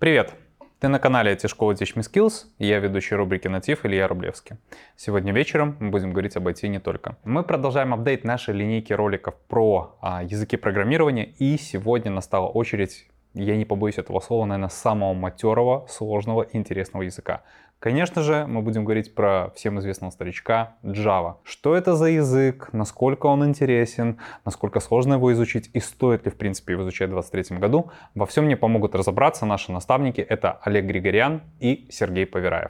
Привет! Ты на канале IT-школы Teach Me Skills, и я ведущий рубрики «Натив» Илья Рублевский. Сегодня вечером мы будем говорить об IT не только. Мы продолжаем апдейт нашей линейки роликов про языки программирования, и сегодня настала очередь, я не побоюсь этого слова, наверное, самого матерого, сложного и интересного языка. Конечно же, мы будем говорить про всем известного старичка Java. Что это за язык, насколько он интересен, насколько сложно его изучить и стоит ли в принципе его изучать в 2023 году. Во всем мне помогут разобраться наши наставники. Это Олег Григорян и Сергей Повераев.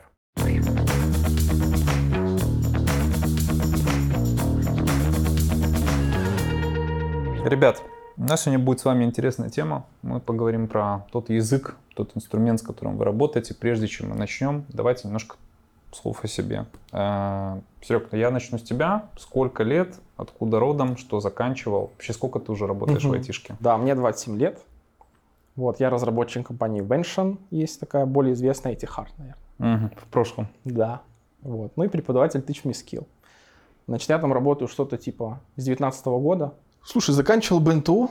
Ребят, у нас сегодня будет с вами интересная тема. Мы поговорим про тот язык, тот инструмент, с которым вы работаете. Прежде чем мы начнем, давайте немножко слов о себе. Серег, я начну с тебя. Сколько лет, откуда родом, что заканчивал? Вообще, сколько ты уже работаешь в айтишке? Да, мне 27 лет. Вот, я разработчик компании Vention. Есть такая более известная IT-Hard, наверное. В прошлом. Да. Вот. Ну и преподаватель Teach Me Skill. Значит, я там работаю что-то типа с 19 года. Слушай, заканчивал БНТУ,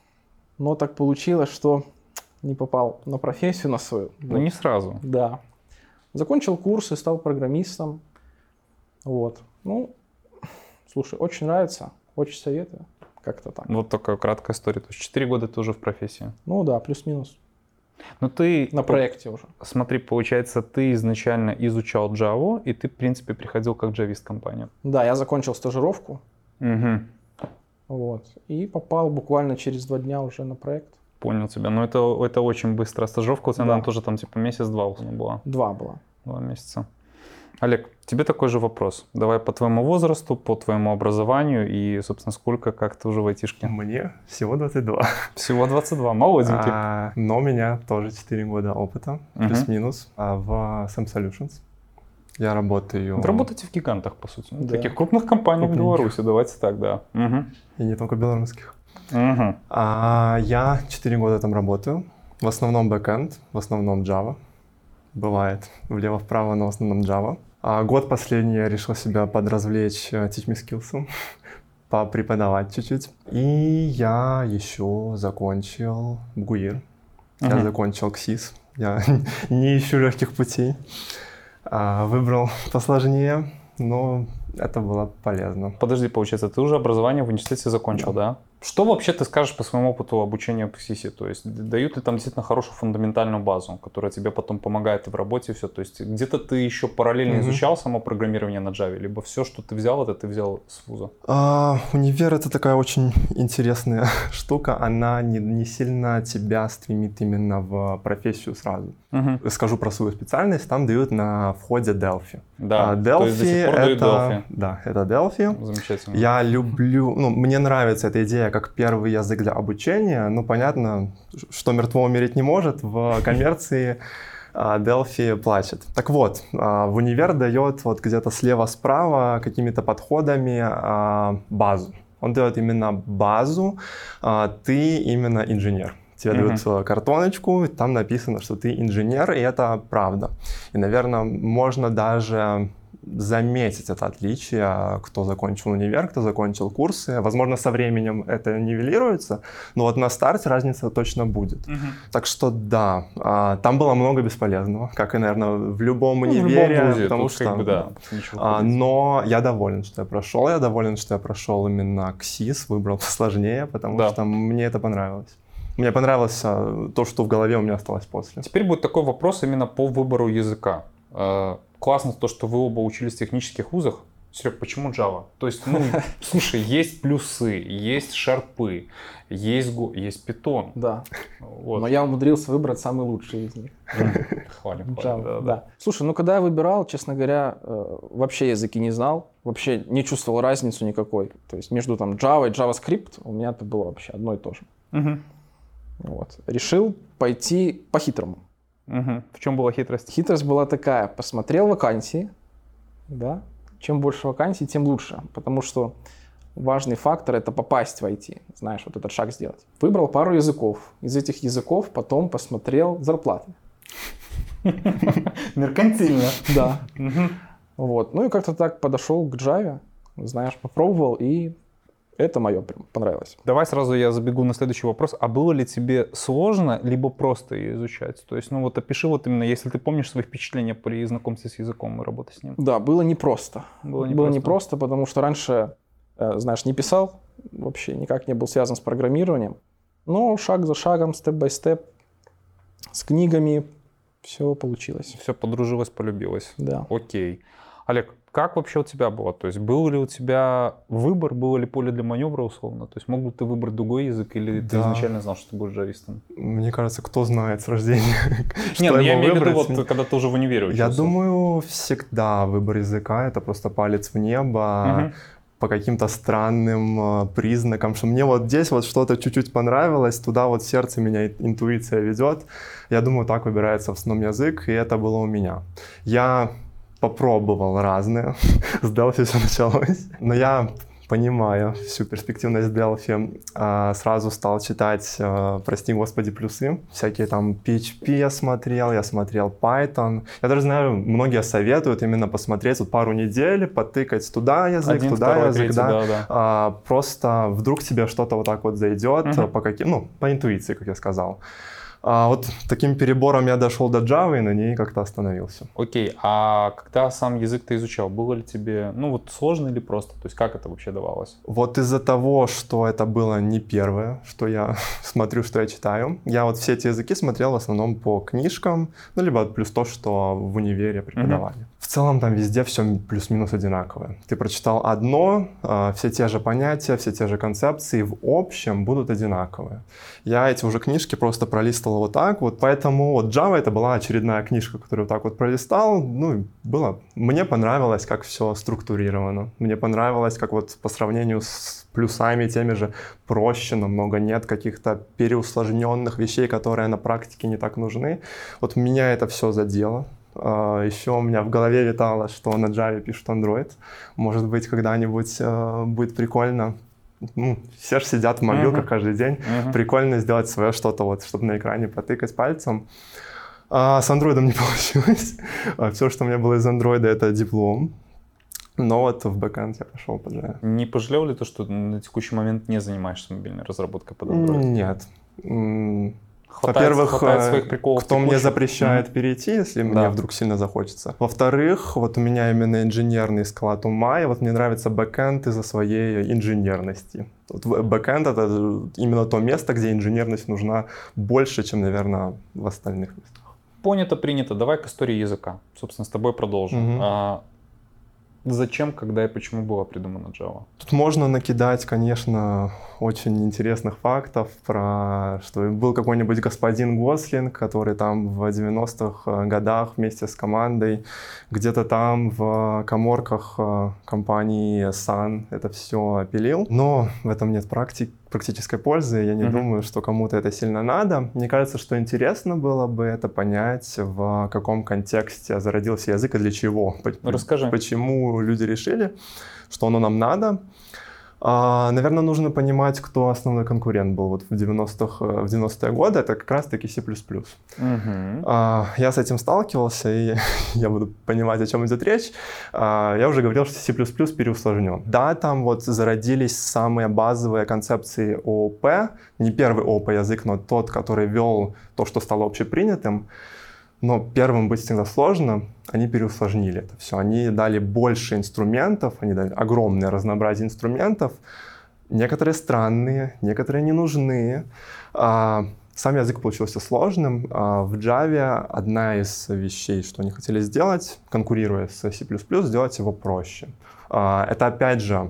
но так получилось, что не попал на профессию на свою. Ну, не сразу. Да. Закончил курсы, стал программистом. Вот. Ну, слушай, очень нравится, очень советую. Как-то так. Вот такая краткая история. То есть 4 года ты уже в профессии. Ну да, плюс-минус. Но ты... На проекте уже. Смотри, получается, ты изначально изучал Java, и ты, в принципе, приходил как джавист в компанию. Да, я закончил стажировку. Угу. Вот. И попал буквально через 2 дня уже на проект. Понял тебя. Но это очень быстро. Стажировка у тебя, наверное, тоже там типа месяц-два была. 2 было. 2 месяца. Олег, тебе такой же вопрос. Давай по твоему возрасту, по твоему образованию и, собственно, сколько, как ты уже в айтишке? Мне всего 22. Всего 22, молоденький. Но у меня тоже 4 года опыта, плюс-минус, в SAM Solutions. Я работаю... Вы работаете в гигантах, по сути. Да. Таких крупных компаний в Беларуси, давайте так, да. И не только белорусских. Угу. Я 4 года там работаю. В основном бэкэнд, в основном Java. Бывает влево-вправо, но в основном Java. Год последний я решил себя подразвлечь Teach Me Skills, попреподавать чуть-чуть. И я еще закончил БГУИР. Я закончил КСИС. Я не ищу легких путей. Выбрал посложнее, но это было полезно. Подожди, получается, ты уже образование в университете закончил, да? Что вообще ты скажешь по своему опыту обучения в КСИСе? То есть дают ли там действительно хорошую фундаментальную базу, которая тебе потом помогает и в работе, и все? То есть где-то ты еще параллельно изучал само программирование на Java, либо все, что ты взял, это ты взял с вуза? Универ — это такая очень интересная штука. Она не сильно тебя стремит именно в профессию сразу. Скажу про свою специальность. Там дают на входе Delphi. Да, то есть до сих пор дают Delphi. Да, это Delphi. Замечательно. Я люблю, мне нравится эта идея как первый язык для обучения. Ну, понятно, что мертвого умереть не может. В коммерции Delphi плачет. Так вот, в универ дает вот где-то слева-справа какими-то подходами базу. Он дает именно базу, ты именно инженер. Тебе дают картоночку, там написано, что ты инженер, и это правда. И, наверное, можно даже заметить это отличие, кто закончил универ, кто закончил курсы. Возможно, со временем это нивелируется, но вот на старте разница точно будет. Так что да, там было много бесполезного, как и, наверное, в любом универе. В любом вузе, потому что, но я доволен, что я прошел. Я доволен, что я прошел именно КСИС, выбрал посложнее, потому что мне это понравилось. Мне понравилось то, что в голове у меня осталось после. Теперь будет такой вопрос именно по выбору языка. Классно то, что вы оба учились в технических вузах. Серег, почему Java? То есть, слушай, есть плюсы, есть шарпы, есть Go, есть Python. Да. Вот. Но я умудрился выбрать самый лучший из них. Хвалим. Да. Слушай, когда я выбирал, честно говоря, вообще языки не знал, вообще не чувствовал разницу никакой. То есть между там Java и JavaScript у меня это было вообще одно и то же. Вот. Решил пойти по-хитрому. В чем была хитрость? Хитрость была такая: посмотрел вакансии, да, чем больше вакансий, тем лучше, потому что важный фактор — это попасть в IT, знаешь, вот этот шаг сделать. Выбрал пару языков, из этих языков потом посмотрел зарплаты. Меркантильно. Да. Вот, ну и как-то так подошел к Java, знаешь, попробовал и Это мое прям понравилось. Давай сразу я забегу на следующий вопрос. А было ли тебе сложно, либо просто ее изучать? То есть, ну вот опиши вот именно, если ты помнишь свои впечатления при знакомстве с языком и работе с ним. Да, было непросто. Было Было непросто, потому что раньше, знаешь, не писал, вообще никак не был связан с программированием. Но шаг за шагом, степ-бай-степ, с книгами все получилось. Все подружилось, полюбилось. Да. Окей. Олег, как вообще у тебя было? То есть был ли у тебя выбор, было ли поле для маневра условно? То есть мог бы ты выбрать другой язык или ты Да. изначально знал, что ты будешь джавистом? Мне кажется, кто знает с рождения, что Нет, ну я ему имею в виду, выбрать. вот, когда ты уже в универе учился. Я думаю, всегда выбор языка — это просто палец в небо. Мгм. По каким-то странным признакам, что мне вот здесь вот что-то чуть-чуть понравилось, туда вот сердце меня интуиция ведет. Я думаю, так выбирается в основном язык, и это было у меня. Я попробовал разные, с Delphi все началось, но я, понимая всю перспективность Delphi, сразу стал читать, прости господи, плюсы. Всякие там PHP я смотрел Python. Я даже знаю, многие советуют именно посмотреть вот пару недель, потыкать туда язык, Один, туда второй, язык, третий, да. да. Просто вдруг тебе что-то вот так вот зайдет, Мгм. по интуиции, как я сказал. Вот таким перебором я дошел до Java и на ней как-то остановился. Окей, а когда сам язык ты изучал, было ли тебе, ну вот сложно или просто? То есть как это вообще давалось? Вот из-за того, что это было не первое, что я смотрю, что я читаю, я вот все эти языки смотрел в основном по книжкам, ну, либо плюс то, что в универе преподавали. В целом там везде все плюс-минус одинаковое. Ты прочитал одно, все те же понятия, все те же концепции в общем будут одинаковые. Я эти уже книжки просто пролистывал вот так вот, поэтому вот Java это была очередная книжка, которую вот так вот пролистал, ну, мне понравилось, как все структурировано, мне понравилось, как вот по сравнению с плюсами теми же проще намного, нет каких-то переусложненных вещей, которые на практике не так нужны. Вот меня это все задело. Еще у меня в голове витало, что на Java пишут Android. Может быть, когда-нибудь будет прикольно. Ну, все же сидят в мобилках каждый день. Прикольно сделать свое что-то, вот, чтобы на экране потыкать пальцем. С Android не получилось. Все, что у меня было из Android, это диплом. Но вот в бэкэнд я пошел по Java. Не пожалел ли то, что на текущий момент не занимаешься мобильной разработкой под Android? Нет. Хватает Во-первых, своих приколов кто мне текущих? запрещает перейти, если мне вдруг сильно захочется. Во-вторых, вот у меня именно инженерный склад ума, и вот мне нравится бэкэнд из-за своей инженерности. Вот бэкэнд — это именно то место, где инженерность нужна больше, чем, наверное, в остальных местах. Понято, принято. Давай к истории языка. Собственно, с тобой продолжим. Зачем, когда и почему была придумана Java? Тут можно накидать, конечно, очень интересных фактов про, что был какой-нибудь господин Гослинг, который там в 90-х годах вместе с командой где-то там в каморках компании Sun это все пилил. Но в этом нет практической пользы. Я не думаю, что кому-то это сильно надо. Мне кажется, что интересно было бы это понять, в каком контексте зародился язык и для чего. Расскажи. Почему люди решили, что оно нам надо. Наверное, нужно понимать, кто основной конкурент был вот в 90-е годы. Это как раз-таки C++. Я с этим сталкивался, и я буду понимать, о чем идет речь. Я уже говорил, что C++ переусложнен. Да, там вот зародились самые базовые концепции ООП. Не первый ООП-язык, но тот, который вел то, что стало общепринятым. Но первым быть всегда сложно, они переусложнили это все. Они дали больше инструментов, они дали огромное разнообразие инструментов. Некоторые странные, некоторые не нужны. Сам язык получился сложным. В Java одна из вещей, что они хотели сделать, конкурируя с C++, сделать его проще. Это опять же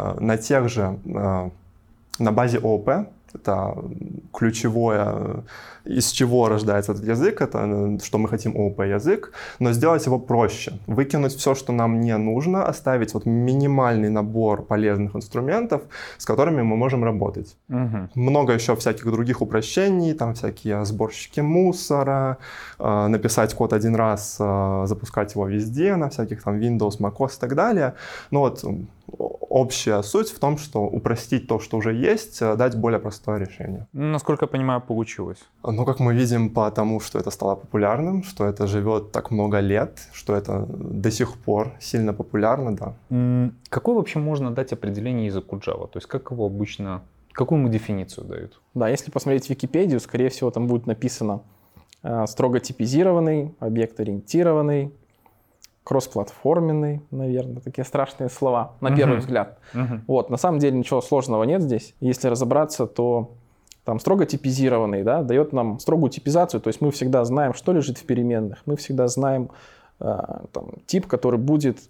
на базе ООП. Это ключевое, из чего рождается этот язык, это что мы хотим ООП-язык, но сделать его проще. Выкинуть все, что нам не нужно, оставить вот минимальный набор полезных инструментов, с которыми мы можем работать. Много еще всяких других упрощений, там всякие сборщики мусора, написать код один раз, запускать его везде, на всяких там Windows, macOS и так далее. Но вот общая суть в том, что упростить то, что уже есть, дать более простое решение. Насколько я понимаю, получилось. Ну, как мы видим по тому, что это стало популярным, что это живет так много лет, что это до сих пор сильно популярно, да. Какое вообще можно дать определение языку Java? То есть как его обычно, какую ему дефиницию дают? Да, если посмотреть Википедию, скорее всего, там будет написано строго типизированный, объект-ориентированный, кроссплатформенный, наверное, такие страшные слова, на первый взгляд. Вот, на самом деле ничего сложного нет здесь. Если разобраться, то там строго типизированный, да, дает нам строгую типизацию, то есть мы всегда знаем, что лежит в переменных, мы всегда знаем там, тип, который будет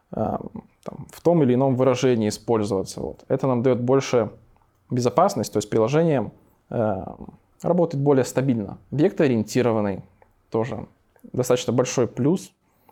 в том или ином выражении использоваться. Вот. Это нам дает больше безопасность, то есть приложение работает более стабильно. Объектоориентированный тоже достаточно большой плюс.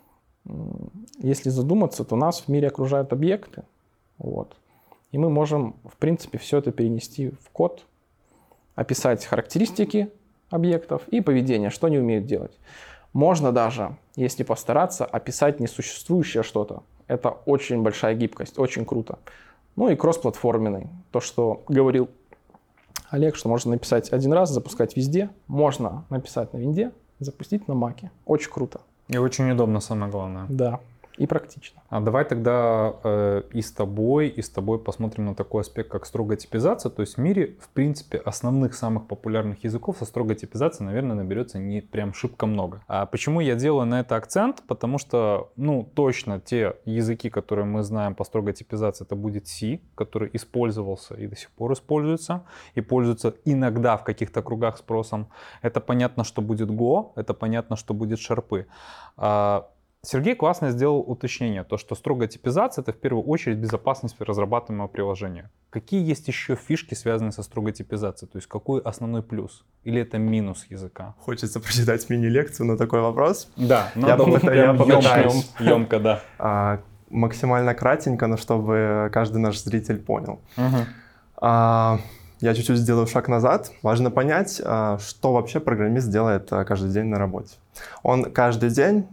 Если задуматься, то нас в мире окружают объекты. Вот. И мы можем, в принципе, все это перенести в код, описать характеристики объектов и поведение, что они умеют делать. Можно даже, если постараться, описать несуществующее что-то. Это очень большая гибкость, очень круто. Ну и кроссплатформенный. То, что говорил Олег, что можно написать один раз, запускать везде. Можно написать на винде, запустить на маке. Очень круто. И очень удобно, самое главное. Да, и практично. А давай тогда и с тобой посмотрим на такой аспект, как строгая типизация. То есть в мире, в принципе, основных самых популярных языков со строгой типизацией, наверное, наберется не прям шибко много. А почему я делаю на это акцент? Потому что, ну, точно те языки, которые мы знаем по строгой типизации, это будет C, который использовался и до сих пор используется, и пользуется иногда в каких-то кругах спросом. Это понятно, что будет Go, это понятно, что будет шарпы. Сергей классно сделал уточнение, то, что строгая типизация — это в первую очередь безопасность разрабатываемого приложения. Какие есть еще фишки, связанные со строгой типизацией? То есть какой основной плюс? Или это минус языка? Хочется прочитать мини-лекцию на такой вопрос. Да, я попытаюсь. Емко, да. Максимально кратенько, но чтобы каждый наш зритель понял. Я чуть-чуть сделаю шаг назад. Важно понять, что вообще программист делает каждый день на работе. Он каждый день,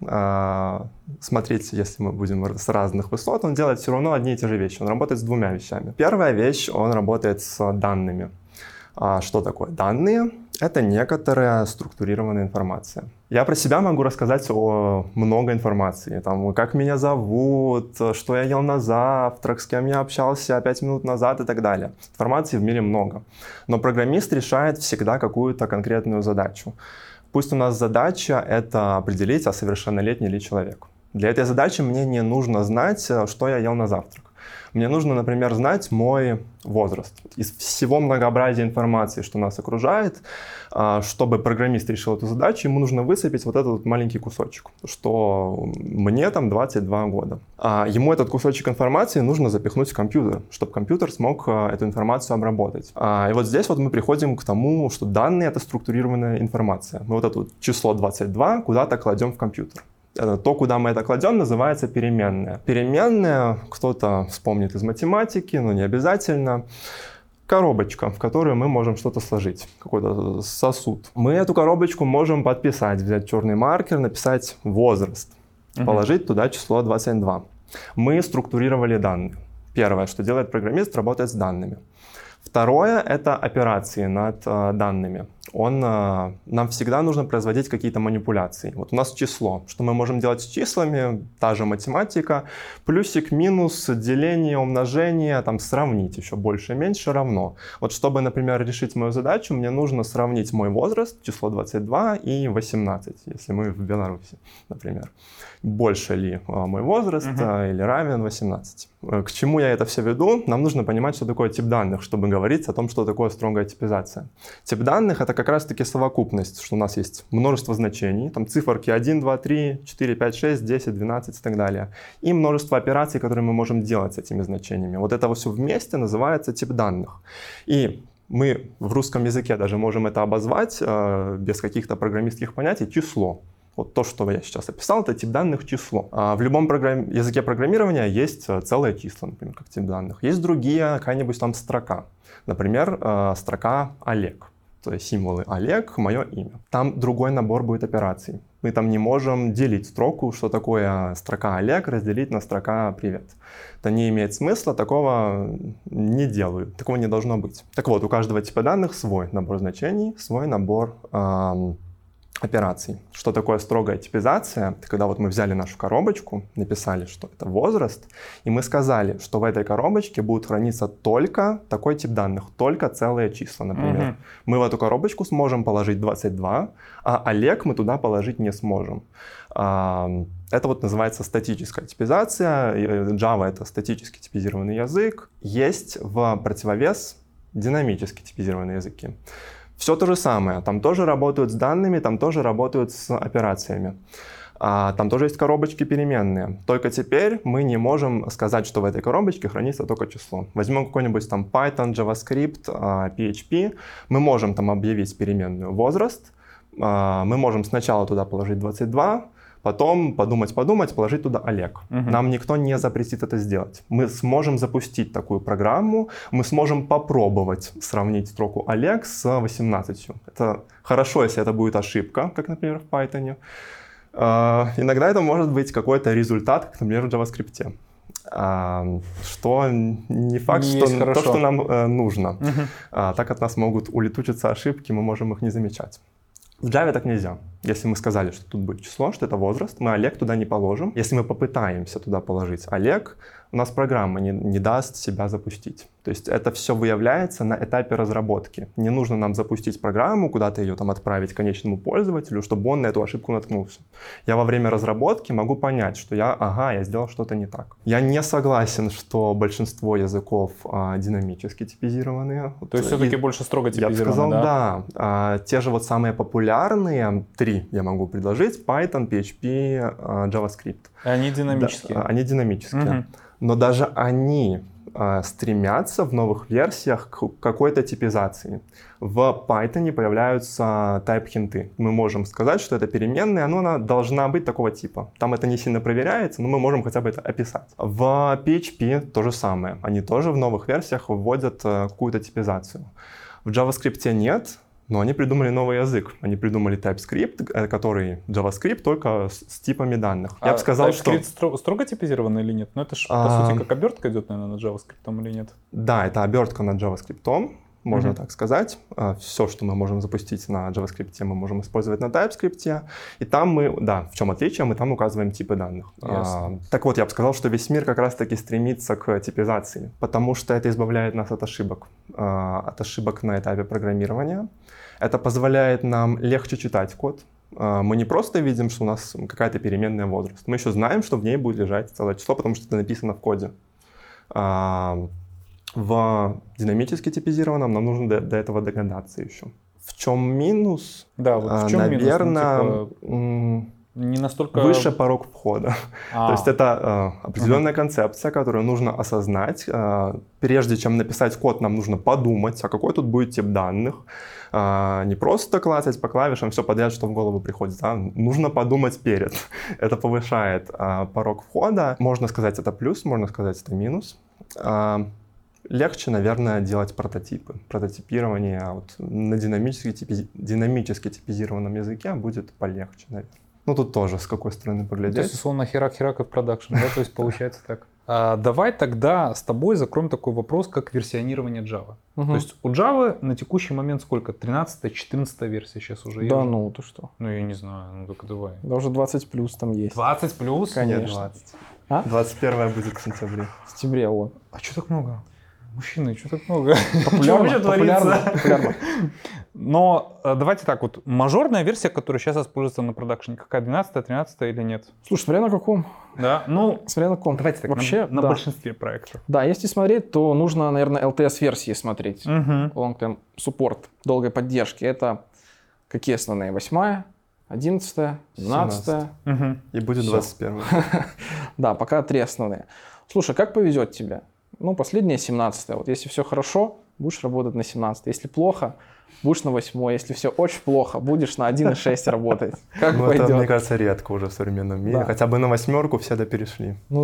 смотрите, если мы будем с разных высот, он делает все равно одни и те же вещи. Он работает с двумя вещами. Первая вещь, он работает с данными. Что такое данные? Это некоторая структурированная информация. Я про себя могу рассказать много информации. Там, как меня зовут, что я ел на завтрак, с кем я общался 5 минут назад и так далее. Информации в мире много. Но программист решает всегда какую-то конкретную задачу. Пусть у нас задача — это определить, а совершеннолетний ли человек. Для этой задачи мне не нужно знать, что я ел на завтрак. Мне нужно, например, знать мой возраст. Из всего многообразия информации, что нас окружает, чтобы программист решил эту задачу, ему нужно высыпать вот этот вот маленький кусочек, что мне там 22 года. Ему этот кусочек информации нужно запихнуть в компьютер, чтобы компьютер смог эту информацию обработать. И вот здесь вот мы приходим к тому, что данные — это структурированная информация. Мы вот это число 22 куда-то кладем в компьютер. То, куда мы это кладем, называется переменная. Переменная, кто-то вспомнит из математики, но не обязательно. Коробочка, в которую мы можем что-то сложить, какой-то сосуд. Мы эту коробочку можем подписать, взять черный маркер, написать возраст, положить туда число 22. Мы структурировали данные. Первое, что делает программист, работает с данными. Второе — это операции над данными. Нам всегда нужно производить какие-то манипуляции. Вот у нас число. Что мы можем делать с числами? Та же математика. Плюсик, минус, деление, умножение, там сравнить еще больше, меньше, равно. Вот чтобы, например, решить мою задачу, мне нужно сравнить мой возраст, число 22 и 18, если мы в Беларуси, например. Больше ли мой возраст или равен 18. К чему я это все веду? Нам нужно понимать, что такое тип данных, чтобы говорить о том, что такое строгая типизация. Тип данных — это как раз-таки совокупность, что у нас есть множество значений, там циферки 1, 2, 3, 4, 5, 6, 10, 12 и так далее. И множество операций, которые мы можем делать с этими значениями. Вот это все вместе называется тип данных. И мы в русском языке даже можем это обозвать без каких-то программистских понятий число. Вот то, что я сейчас описал, это тип данных число. В любом языке программирования есть целое число, например, как тип данных. Есть другие, какая-нибудь там строка. Например, строка Олег. символы Олег, мое имя. Там другой набор будет операций. Мы там не можем делить строку, что такое строка Олег, разделить на строка привет. Это не имеет смысла, такого не делаю, такого не должно быть. Так вот, у каждого типа данных свой набор значений, свой набор операций. Что такое строгая типизация? Это когда вот мы взяли нашу коробочку, написали, что это возраст, и мы сказали, что в этой коробочке будут храниться только такой тип данных, только целые числа, например. Мы в эту коробочку сможем положить 22, а Олег мы туда положить не сможем. Это вот называется статическая типизация. Java — это статически типизированный язык. Есть в противовес динамически типизированные языки. Все то же самое. Там тоже работают с данными, там тоже работают с операциями. Там тоже есть коробочки переменные. Только теперь мы не можем сказать, что в этой коробочке хранится только число. Возьмем какой-нибудь там Python, JavaScript, PHP. Мы можем там объявить переменную возраст. Мы можем сначала туда положить 22, потом подумать, положить туда Олег. Нам никто не запретит это сделать. Мы сможем запустить такую программу, мы сможем попробовать сравнить строку Олег с 18. Это хорошо, если это будет ошибка, как, например, в Python. Иногда это может быть какой-то результат, как, например, в JavaScript. Что не факт, что то, что нам нужно. Так от нас могут улетучиться ошибки, мы можем их не замечать. В Java так нельзя. Если мы сказали, что тут будет число, что это возраст, мы Олег туда не положим. Если мы попытаемся туда положить Олег, у нас программа не даст себя запустить. То есть это все выявляется на этапе разработки. Не нужно нам запустить программу, куда-то ее там отправить конечному пользователю, чтобы он на эту ошибку наткнулся. Я во время разработки могу понять, что я сделал что-то не так. Я не согласен, что большинство языков динамически типизированные. То есть все-таки больше строго типизированные, я бы сказал, да. Те же вот самые популярные 3 я могу предложить: Python, PHP, JavaScript. Они динамические. Да, они динамические. Но даже они стремятся в новых версиях к какой-то типизации. В Python появляются type-хинты. Мы можем сказать, что это переменная, но она должна быть такого типа. Там это не сильно проверяется, но мы можем хотя бы это описать. В PHP то же самое. Они тоже в новых версиях вводят какую-то типизацию. В JavaScript нет. Но они придумали новый язык. Они придумали TypeScript, который JavaScript, только с типами данных. Я бы сказал, TypeScript строго типизированный или нет? Ну это же, по сути, как обертка идет, наверное, на JavaScript или нет? Да, это обертка над JavaScript, можно так сказать. Все, что мы можем запустить на JavaScript, мы можем использовать на TypeScript. И там в чем отличие, мы там указываем типы данных. Так вот, я бы сказал, что весь мир как раз-таки стремится к типизации, потому что это избавляет нас от ошибок на этапе программирования. Это позволяет нам легче читать код. Мы не просто видим, что у нас какая-то переменная возраст. Мы еще знаем, что в ней будет лежать целое число, потому что это написано в коде. В динамически типизированном нам нужно до этого догадаться еще. В чем минус? Да, вот в чем наверное, минус? Не настолько... Выше порог входа. То есть это определенная концепция, которую нужно осознать. Прежде чем написать код, нам нужно подумать, а какой тут будет тип данных. Не просто клацать по клавишам все подряд, что в голову приходит. Нужно подумать перед. Это повышает порог входа. Можно сказать, это плюс, можно сказать, это минус. Легче, наверное, делать прототипы. Прототипирование на динамически типизированном языке будет полегче, наверное. Ну, тут тоже с какой стороны поглядеть. То есть, условно, херак и в продакшн, да? То есть, получается так. Давай тогда с тобой закроем такой вопрос, как версионирование Java. То есть, у Java на текущий момент сколько? 13-14 версия сейчас уже есть? Да, ну, ты что? Ну, я не знаю, ну, только давай. Да уже 20 плюс там есть. 20 плюс? Конечно. 20. 21 будет в сентябре. В сентябре, вот. А что так много? Мужчины, что так много? Популярно. Но давайте так, вот мажорная версия, которая сейчас используется на продакшене, какая, 12, 13 или нет? Слушай, смотря на каком. Да, ну, смотря на каком. давайте так, вообще, на большинстве проектов. Да, если смотреть, то нужно, наверное, LTS-версии смотреть. Long-term support, долгой поддержки. Это какие основные? 8, 11, 12. И будет 21. Да, пока 3 основные. Слушай, как повезет тебе? Ну, последняя 17-я. Вот если все хорошо, будешь работать на 17-й. Если плохо, будешь на 8-й. Если все очень плохо, будешь на 1.6 работать. Как пойдет? Это, мне кажется, редко уже в современном мире. Да. Хотя бы на 8 все перешли. Ну да.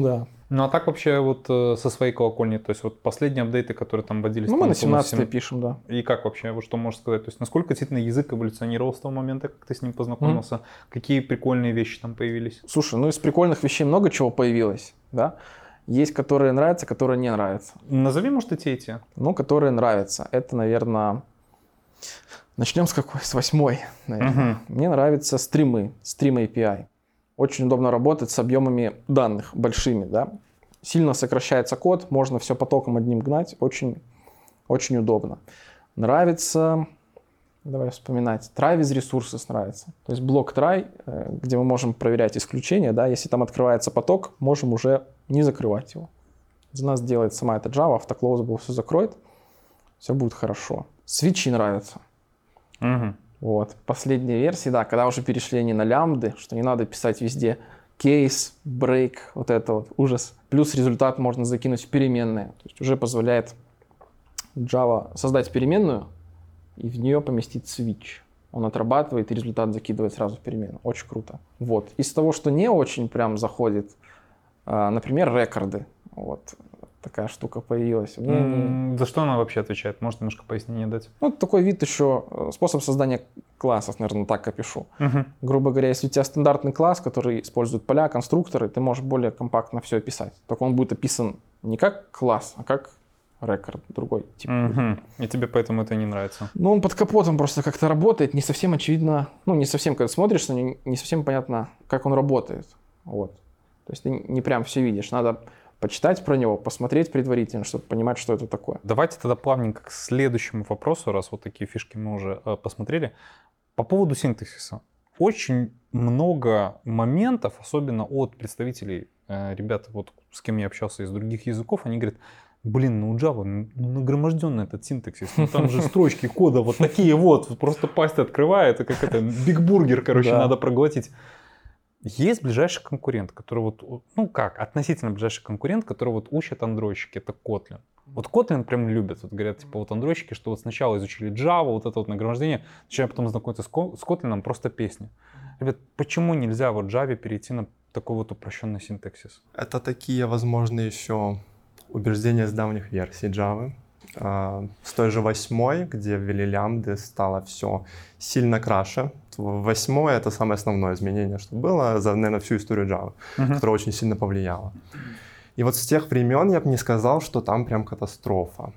Ну а так вообще вот со своей колокольни, то есть вот последние апдейты, которые там вводились... Ну, мы там, на по-моему, 17-й пишем, да. И как вообще, вот что можешь сказать? То есть насколько действительно язык эволюционировал с того момента, как ты с ним познакомился? Какие прикольные вещи там появились? Слушай, ну из прикольных вещей много чего появилось, да. Есть, которые нравятся, которые не нравятся. Назови, может, и те. Ну, которые нравятся. Это, наверное... Начнем с какой? С 8-й, наверное. Мне нравятся стримы, стрим API. Очень удобно работать с объемами данных большими, да. Сильно сокращается код, можно все потоком одним гнать, очень, очень удобно. Нравится, давай вспоминать, try with resources нравится. То есть блок try, где мы можем проверять исключения, да, если там открывается поток, можем уже не закрывать его. За нас делает сама эта Java, автоклоузабл все закроет, все будет хорошо. Свитчи нравятся. Вот. Последние версии, да, когда уже перешли они на лямбды, что не надо писать везде кейс, break, вот это вот ужас. Плюс результат можно закинуть в переменные. То есть уже позволяет Java создать переменную и в нее поместить switch. Он отрабатывает и результат закидывает сразу в переменную. Очень круто. Вот. Из того, что не очень прям заходит, например, рекорды. Вот. Такая штука появилась. За что она вообще отвечает? Может, немножко пояснение дать? Ну, такой вид еще, способ создания классов, наверное, так опишу. Грубо говоря, если у тебя стандартный класс, который использует поля, конструкторы, ты можешь более компактно все описать. Только он будет описан не как класс, а как рекорд, другой тип. И тебе поэтому это не нравится? Ну, он под капотом просто как-то работает, не совсем очевидно, ну, не совсем, когда смотришь, не совсем понятно, как он работает. Вот. То есть ты не прям все видишь, надо почитать про него, посмотреть предварительно, чтобы понимать, что это такое. Давайте тогда плавненько к следующему вопросу, раз вот такие фишки мы уже посмотрели. По поводу синтаксиса. Очень много моментов, особенно от представителей ребят, вот с кем я общался из других языков, они говорят, блин, ну у Java нагроможденный этот синтаксис, ну там же строчки кода вот такие вот, просто пасть открывает, как это, бигбургер, короче, надо проглотить. Есть ближайший конкурент, который вот, ну как, относительно ближайший конкурент, который вот учат андроидчики, это Kotlin. Вот Kotlin прям любят, вот говорят, типа вот андроидчики, что вот сначала изучили Java, вот это вот нагромождение, начинают потом знакомиться с Kotlin, просто песня. Ребят, почему нельзя вот Java перейти на такой вот упрощенный синтаксис? Это такие, возможно, еще убеждения с давних версий Java. С той же 8, где ввели лямбды, стало все сильно краше. 8 — это самое основное изменение, что было за, наверное, всю историю Java, которое очень сильно повлияло. И вот с тех времен я бы не сказал, что там прям катастрофа.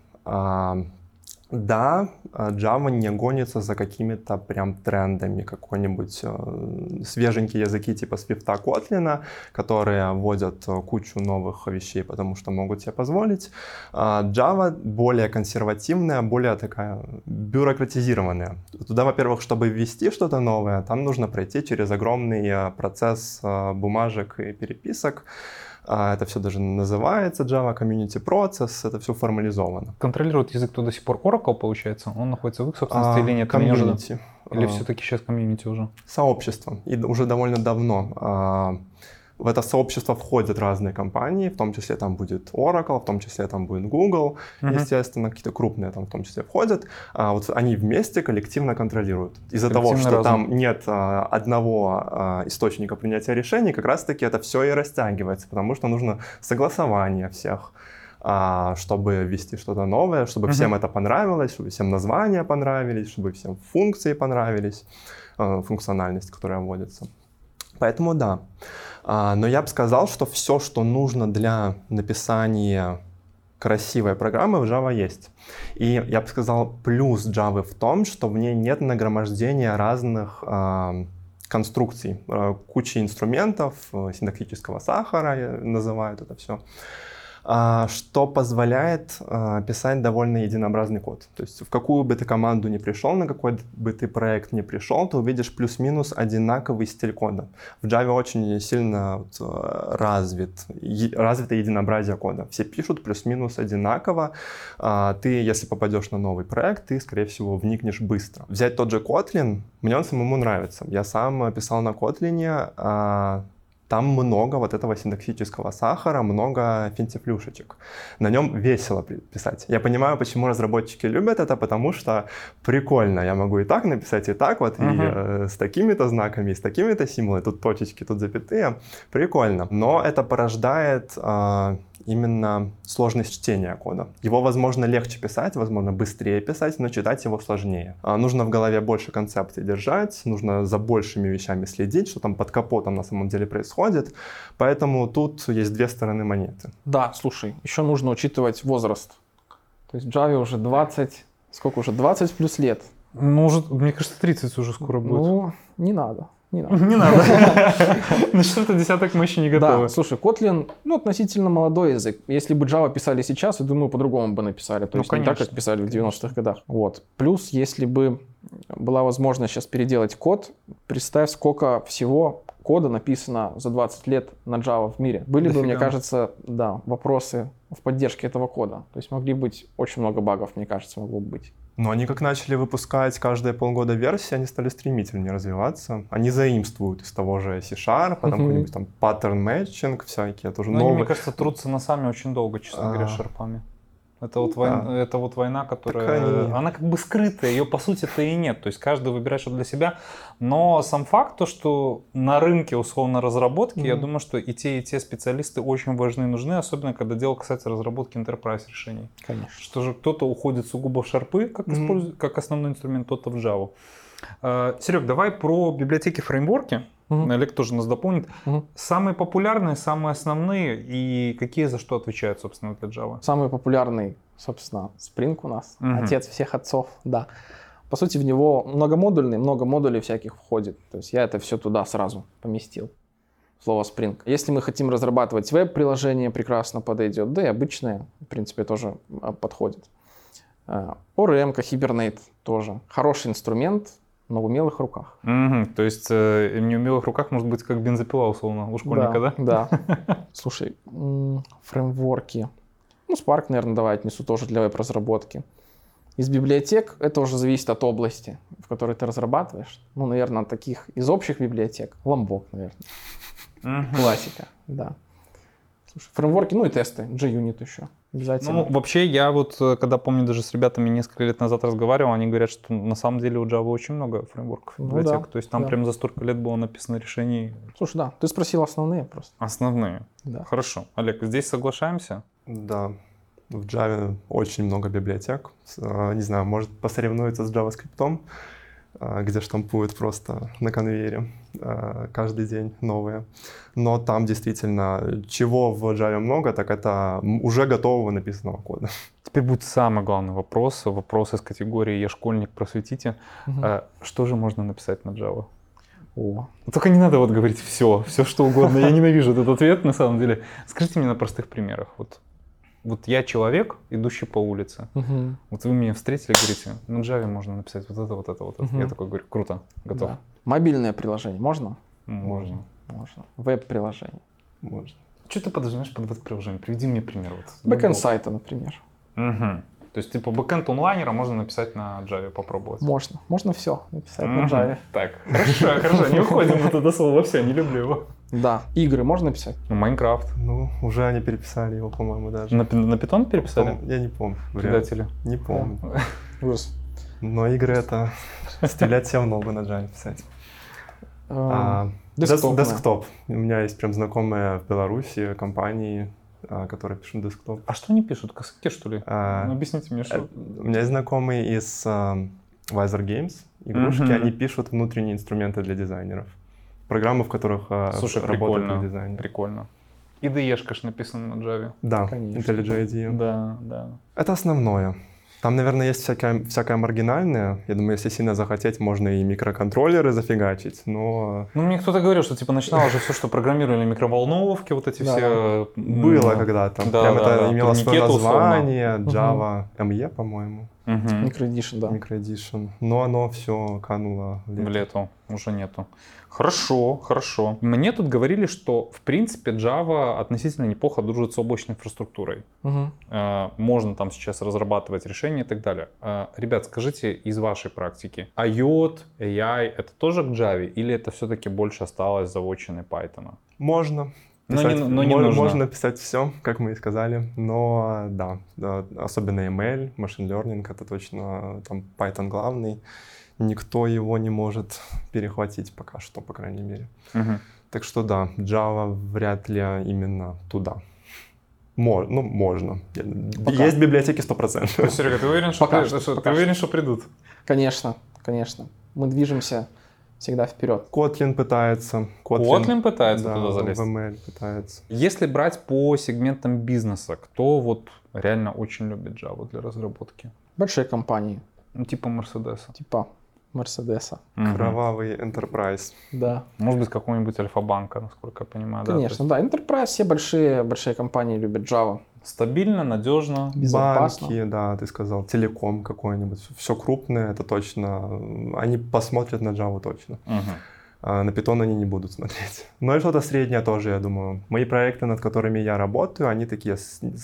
Да, Java не гонится за какими-то прям трендами, какой-нибудь свеженькие языки типа Swift, Kotlin, которые вводят кучу новых вещей, потому что могут себе позволить. Java более консервативная, более такая бюрократизированная. Туда, во-первых, чтобы ввести что-то новое, там нужно пройти через огромный процесс бумажек и переписок. Это все даже называется Java Community Process, это все формализовано. Контролирует язык то до сих пор Oracle, получается? Он находится в их собственности или нет? Community. Или все-таки сейчас комьюнити уже? Сообщество. И уже довольно давно. В это сообщество входят разные компании, в том числе там будет Oracle, в том числе там будет Google, естественно, какие-то крупные там в том числе входят. Вот они вместе коллективно контролируют. Из-за того, что там нет одного источника принятия решений, как раз-таки это все и растягивается, потому что нужно согласование всех, чтобы ввести что-то новое, чтобы всем это понравилось, чтобы всем названия понравились, чтобы всем функции понравились, функциональность, которая вводится. Поэтому да. Но я бы сказал, что все, что нужно для написания красивой программы, в Java есть. И я бы сказал, плюс Java в том, что в ней нет нагромождения разных конструкций, кучи инструментов, синтаксического сахара называют это все, что позволяет писать довольно единообразный код. То есть в какую бы ты команду ни пришел, на какой бы ты проект ни пришел, ты увидишь плюс-минус одинаковый стиль кода. В Java очень сильно развито единообразие кода. Все пишут плюс-минус одинаково. Ты, если попадешь на новый проект, ты, скорее всего, вникнешь быстро. Взять тот же Kotlin, мне он самому нравится. Я сам писал на Kotlin. Там много вот этого синтаксического сахара, много финтифлюшечек. На нем весело писать. Я понимаю, почему разработчики любят это, потому что прикольно. Я могу и так написать, и так вот, и с такими-то знаками, и с такими-то символами. Тут точечки, тут запятые. Прикольно. Но это порождает именно сложность чтения кода. Его, возможно, легче писать, возможно, быстрее писать, но читать его сложнее. Нужно в голове больше концепций держать, нужно за большими вещами следить, что там под капотом на самом деле происходит. Поэтому тут есть две стороны монеты. Да, слушай, еще нужно учитывать возраст. То есть Java уже 20, сколько уже, 20 плюс лет. Ну, уже, мне кажется, 30 уже скоро будет. Ну, не надо. Не надо. Не надо. На что-то десяток мы еще не готовы. Да, слушай, Kotlin, относительно молодой язык. Если бы Java писали сейчас, я думаю, по-другому бы написали. То есть не так, как писали в 90-х годах. Вот. Плюс, если бы была возможность сейчас переделать код, представь, сколько всего кода написано за 20 лет на Java в мире. Были бы, мне кажется, да, вопросы в поддержке этого кода. То есть могли быть очень много багов, мне кажется, могло бы быть. Но они как начали выпускать каждые полгода версии, они стали стремительнее развиваться. Они заимствуют из того же C-Sharp, потом какой-нибудь там pattern matching всякие, тоже новые. Они, мне кажется, трутся носами очень долго, честно говоря, шарпами. Это вот война, которая, она как бы скрытая, ее по сути-то и нет. То есть каждый выбирает что-то для себя. Но сам факт, то, что на рынке условно разработки, я думаю, что и те специалисты очень важны и нужны, особенно когда дело касается разработки enterprise решений. Конечно. Что же кто-то уходит сугубо в шарпы, как основной инструмент, кто-то в Java. Серег, давай про библиотеки, фреймворки. Олег тоже нас дополнит. Самые популярные, самые основные и какие за что отвечают, собственно, для Java? Самый популярный, собственно, Spring у нас. Отец всех отцов, да. По сути, в него много модулей всяких входит. То есть я это все туда сразу поместил. Слово Spring. Если мы хотим разрабатывать веб-приложение, прекрасно подойдет. Да и обычное, в принципе, тоже подходит. ORM, Hibernate тоже. Хороший инструмент, но в умелых руках. То есть в неумелых руках может быть как бензопила, условно, у школьника, да? Да. Слушай, фреймворки. Spark, наверное, давай отнесу тоже для веб-разработки. Из библиотек это уже зависит от области, в которой ты разрабатываешь. Наверное, таких из общих библиотек. Lombok, наверное. Классика, да. Слушай, фреймворки, и тесты. JUnit еще. Обязательно. Вообще, я вот, когда помню, даже с ребятами несколько лет назад разговаривал, они говорят, что на самом деле у Java очень много фреймворков, библиотек. Да, то есть там прям за столько лет было написано решений. Слушай, да, ты спросил основные просто. Основные. Да. Хорошо. Олег, здесь соглашаемся? Да. В Java очень много библиотек. Не знаю, может посоревнуется с JavaScript, где штампуют просто на конвейере каждый день новые. Но там действительно, чего в Java много, так это уже готового написанного кода. Теперь будет самый главный вопрос. Вопрос из категории «Я школьник, просветите». Что же можно написать на Java? Только не надо говорить все что угодно. Я ненавижу этот ответ, на самом деле. Скажите мне на простых примерах. Вот я человек, идущий по улице. Вот вы меня встретили, говорите, на Java можно написать вот это. Я такой говорю, круто, готов. Да. Мобильное приложение можно? Можно. Веб-приложение? Можно. Что ты подразумеваешь под веб-приложение? Приведи мне пример. Бэкэнд сайта, например. То есть, типа, бэкэнд онлайнера можно написать на Java, попробовать? Можно все написать на Java. Так, хорошо, не уходим в это слово, все, не люблю его. Да, игры можно написать? Майнкрафт. Уже они переписали его, по-моему, даже. На Python переписали? Я не помню. Предатели. Не помню. Ужас. Но игры это стрелять все много на Java писать. Десктоп. У меня есть прям знакомые в Беларуси компании, которые пишут десктоп. А что они пишут? Косяки, что ли? Объясните мне, что. У меня есть знакомые из Wiser Games, игрушки, они пишут внутренние инструменты для дизайнеров. Программы, в которых работают дизайнеры. Прикольно. IDE-шка ж написана на Java. Да, IntelliJ IDE. Да. Это основное. Там, наверное, есть всякое маргинальное. Я думаю, если сильно захотеть, можно и микроконтроллеры зафигачить, но... Мне кто-то говорил, что типа начинало уже все, что программировали микроволновки, вот эти все... Было когда-то. Прям это имело свое название, Java ME, по-моему. Мгм. Micro да. Micro Но оно все кануло в В лету. лету уже нету. Хорошо, хорошо. Мне тут говорили, что в принципе Java относительно неплохо дружит с облачной инфраструктурой. Мгм. Можно там сейчас разрабатывать решения и так далее. Ребят, скажите из вашей практики, IOT, AI это тоже к Java или это все-таки больше осталось заводчиной Python? Можно. Но не- Писать- но не нужно. Можно писать все, как мы и сказали, но да, особенно ML, Machine Learning, это точно там Python главный. Никто его не может перехватить пока что, по крайней мере. Мгм. Так что да, Java вряд ли именно туда. Можно. Пока. Есть библиотеки 100%. Серега, ты уверен, что, Пока ты, что, что- пока ты уверен, что. что придут? Конечно. Мы движемся всегда вперед. Kotlin пытается. Kotlin пытается да, туда залезть? в ML пытается. Если брать по сегментам бизнеса, кто вот реально очень любит Java для разработки? Большие компании, Ну, типа Мерседеса. типа Мерседеса. Мгм. Кровавый enterprise. Да, Может быть, какого-нибудь Альфа-банка, насколько я понимаю. Да? конечно. То Да, Enterprise, все большие компании любят Java. есть стабильно, надежно. Безопасно. Банки, да, ты сказал, телеком какой-нибудь. Все крупное, это точно. Они посмотрят на Java точно. Мгм. А на Python они не будут смотреть. Но и что-то среднее тоже, я думаю. Мои проекты, над которыми я работаю, они такие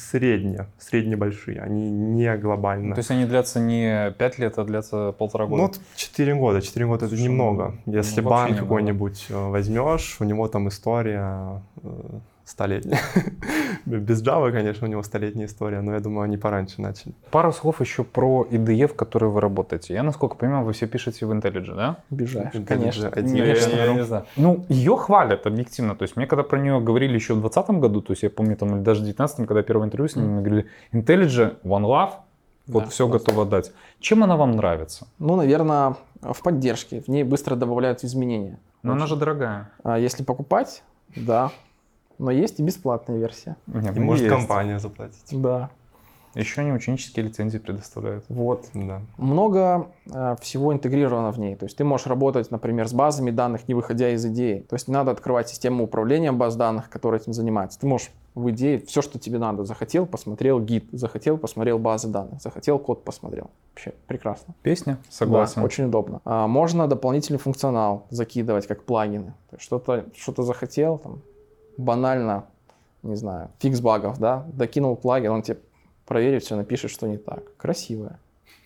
средне-большие. Они не глобально. То есть они длятся не 5 лет, а длятся 1,5 года? Ну, вот 4 года. 4 года это Слушай, немного. ну, Если вообще банк немного. какой-нибудь возьмешь, у него там история 100-летняя. Без Java, конечно, у него 100-летняя история, но я думаю, они пораньше начали. Пару слов еще про IDE, в которой вы работаете. Я, насколько понимаю, вы все пишете в IntelliJ, да? Обижаешь, IntelliJ конечно. IDE. Я не знаю. Ну, ее хвалят объективно. То есть мне когда про нее говорили еще в 2020 году, то есть я помню там или даже в 2019, когда первое интервью с ними, мне говорили, IntelliJ, One Love, вот Да, все классно. готово дать. Чем она вам нравится? Ну, наверное, в поддержке. В ней быстро добавляют изменения. Но она же дорогая. А если покупать, да. Но есть и бесплатная версия. Нет, И ну, может есть. компания заплатить. Да. Еще не ученические лицензии предоставляют. Вот. Да. Много всего интегрировано в ней. То есть ты можешь работать, например, с базами данных, не выходя из идеи. То есть не надо открывать систему управления баз данных, которая этим занимается. Ты можешь в идее все, что тебе надо. Захотел, посмотрел гид. Захотел, посмотрел базы данных. Захотел, код посмотрел. Вообще прекрасно. Песня? Согласен. Да, очень удобно. Можно дополнительный функционал закидывать, как плагины. То есть что-то захотел, там, банально, не знаю, фикс багов, да, докинул плагин, он тебе проверит, все напишет, что не так. Красивая.